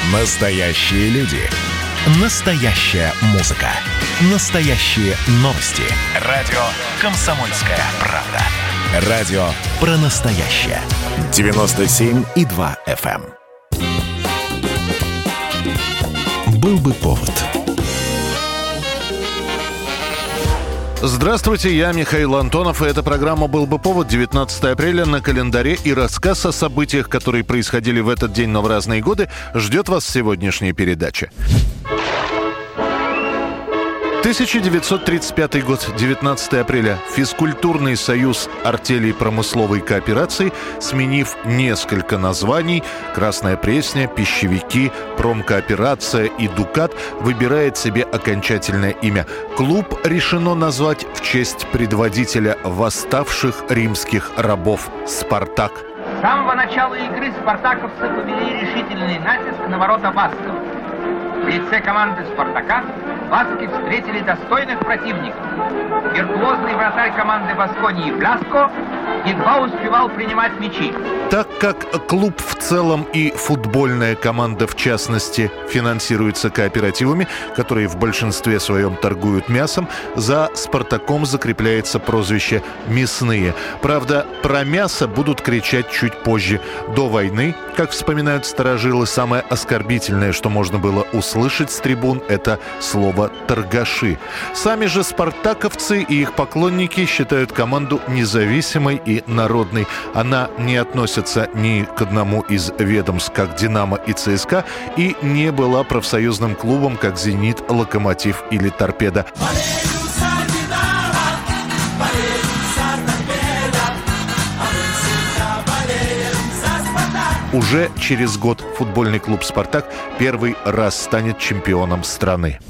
Настоящие люди. Настоящая музыка. Настоящие новости. Радио «Комсомольская правда». Радио про настоящее. 97,2 FM. Был бы повод. Здравствуйте, я Михаил Антонов, и эта программа «Был бы повод», 19 апреля на календаре, и рассказ о событиях, которые происходили в этот день, но в разные годы, ждет вас в сегодняшней передаче. 1935 год, 19 апреля. Физкультурный союз артелей промысловой кооперации, сменив несколько названий – «Красная Пресня», «Пищевики», «Промкооперация» и «Дукат», выбирает себе окончательное имя. Клуб решено назвать в честь предводителя восставших римских рабов – «Спартак». С самого начала игры спартаковцы повели решительный натиск на ворота басков. В лице команды «Спартака» баски встретили достойных противников. Виртуозный вратарь команды «Басконии» Бляско едва успевал принимать мячи. Так как клуб в целом и футбольная команда в частности финансируются кооперативами, которые в большинстве своем торгуют мясом, за «Спартаком» закрепляется прозвище «Мясные». Правда, про мясо будут кричать чуть позже. До войны, как вспоминают старожилы, самое оскорбительное, что можно было услышать с трибун, это слово «торгаши». Сами же спартаковцы и их поклонники считают команду независимой и народной. Она не относится ни к одному из ведомств, как «Динамо» и «ЦСКА», и не была профсоюзным клубом, как «Зенит», «Локомотив» или «Торпедо». Уже через год футбольный клуб «Спартак» первый раз станет чемпионом страны.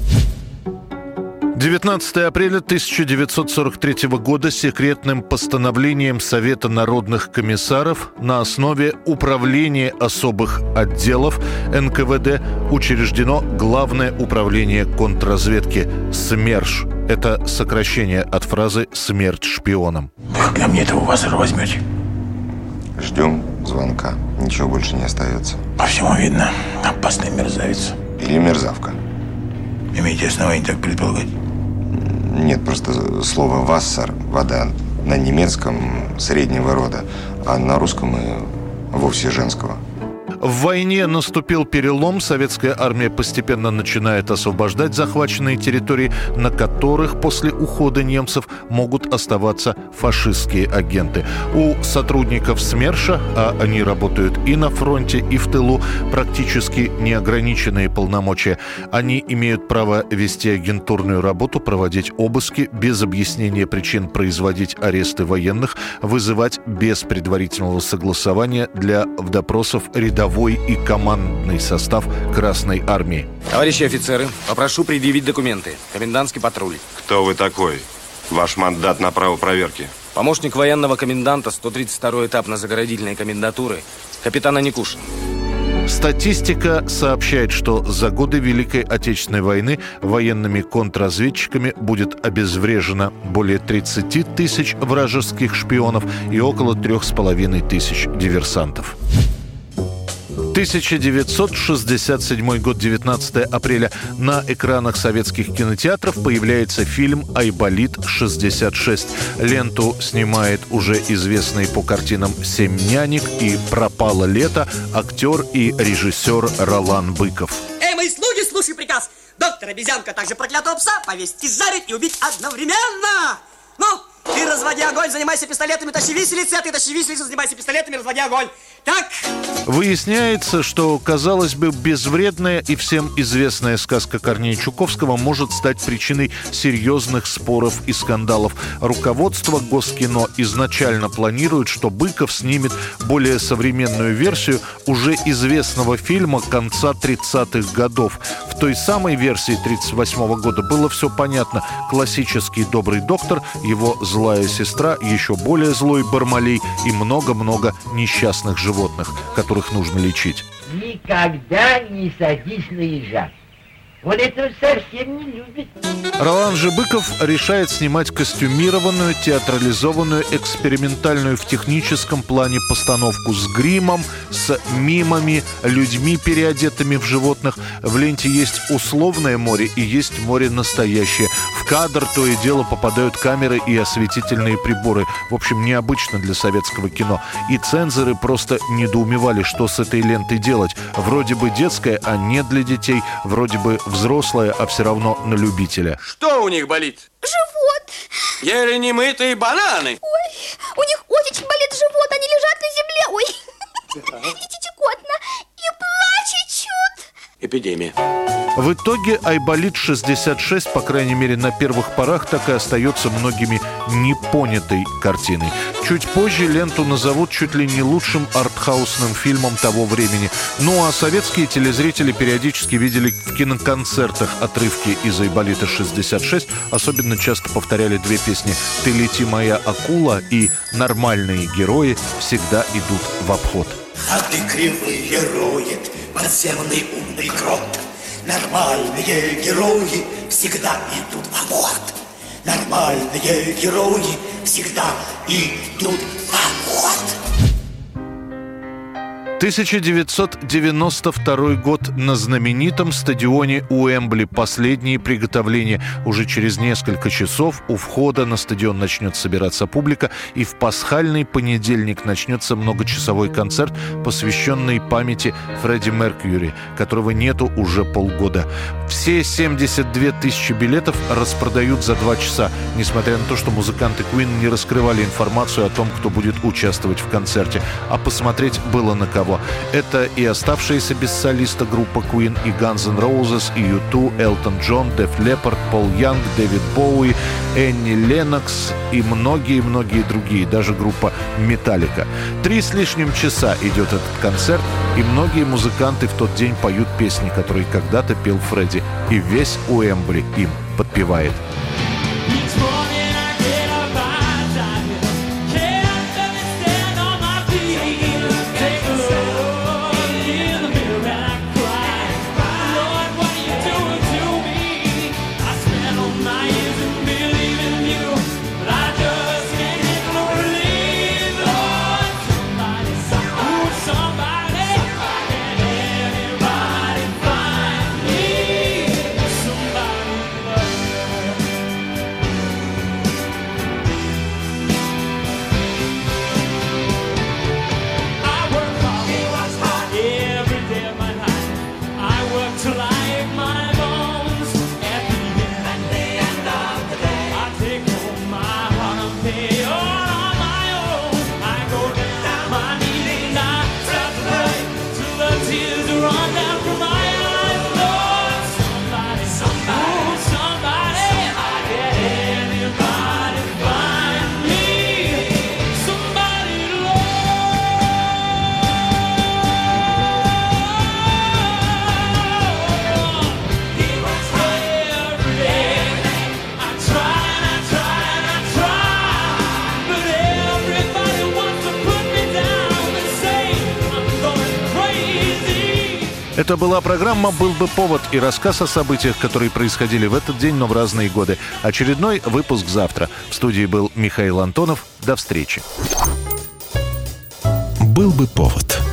19 апреля 1943 года секретным постановлением Совета народных комиссаров на основе Управления особых отделов НКВД учреждено Главное управление контрразведки СМЕРШ. Это сокращение от фразы «смерть шпионам». Когда мне этого вас возьмете? Ждем звонка. Ничего больше не остается. По всему видно, опасный мерзавец. Или мерзавка. Имеете основания так предполагать? Нет, просто слово «вассер» – вода на немецком среднего рода, а на русском и вовсе женского. В войне наступил перелом. Советская армия постепенно начинает освобождать захваченные территории, на которых после ухода немцев могут оставаться фашистские агенты. У сотрудников СМЕРШа, а они работают и на фронте, и в тылу, практически неограниченные полномочия. Они имеют право вести агентурную работу, проводить обыски, без объяснения причин производить аресты военных, вызывать без предварительного согласования для допросов рядовых и командный состав Красной Армии. Товарищи офицеры, попрошу предъявить документы. Комендантский патруль. Кто вы такой? Ваш мандат на право проверки. Помощник военного коменданта, 132-й этап на заградительной комендатуры, капитана Никушин. Статистика сообщает, что за годы Великой Отечественной войны военными контрразведчиками будет обезврежено более 30 тысяч вражеских шпионов и около 3,5 тысяч диверсантов. 1967 год, 19 апреля. На экранах советских кинотеатров появляется фильм «Айболит-66». Ленту снимает уже известный по картинам «Семь нянек» и «Пропало лето» актер и режиссер Ролан Быков. Эй, мои слуги, слушай приказ. Доктор Обезьянка также проклятого пса повесить и жарить и убить одновременно. Ну, ты разводи огонь, занимайся пистолетами, тащи виселицы, а ты тащи виселицы, занимайся пистолетами, разводи огонь. Так? Выясняется, что, казалось бы, безвредная и всем известная сказка Корнея Чуковского может стать причиной серьезных споров и скандалов. Руководство Госкино изначально планирует, что Быков снимет более современную версию уже известного фильма конца 30-х годов. В той самой версии 1938 года было все понятно. Классический добрый доктор, его злая сестра, еще более злой Бармалей и много-много несчастных животных, которых нужно лечить. Никогда не садись на ежа. Он этого совсем не любит. Ролан Жебыков решает снимать костюмированную, театрализованную, экспериментальную в техническом плане постановку с гримом, с мимами, людьми, переодетыми в животных. В ленте есть условное море и есть море настоящее. В кадр то и дело попадают камеры и осветительные приборы. В общем, необычно для советского кино. И цензоры просто недоумевали, что с этой лентой делать. Вроде бы детская, а не для детей. Вроде бы взрослая, а все равно на любителя. Что у них болит? Живот. Ели немытые бананы. Ой, у них очень болит живот, они лежат на земле. Ой, идите щекотно и плачут. Эпидемия. В итоге Айболит-66, по крайней мере на первых порах, так и остается многими непонятой картиной. Чуть позже ленту назовут чуть ли не лучшим артхаусным фильмом того времени. Ну а советские телезрители периодически видели в киноконцертах отрывки из Айболита-66. Особенно часто повторяли две песни «Ты лети, моя акула» и «Нормальные герои всегда идут в обход». А ты кривые роет подземный умный крот. Нормальные герои всегда идут в обход. Нормальные герои всегда идут в обход. 1992 год. На знаменитом стадионе Уэмбли. Последние приготовления. Уже через несколько часов у входа на стадион начнет собираться публика, и в пасхальный понедельник начнется многочасовой концерт, посвященный памяти Фредди Меркьюри, которого нету уже полгода. Все 72 тысячи билетов распродают за 2 часа, несмотря на то, что музыканты Queen не раскрывали информацию о том, кто будет участвовать в концерте. А посмотреть было на кого. Это и оставшиеся без солиста группа Queen, и Guns N' Roses, и U2, Элтон Джон, Def Leppard, Пол Янг, Дэвид Боуи, Энни Леннокс и многие-многие другие, даже группа Metallica. 3 с лишним часа идет этот концерт, и многие музыканты в тот день поют песни, которые когда-то пел Фредди, и весь Уэмбли им подпевает. Это была программа «Был бы повод» и рассказ о событиях, которые происходили в этот день, но в разные годы. Очередной выпуск завтра. В студии был Михаил Антонов. До встречи. «Был бы повод».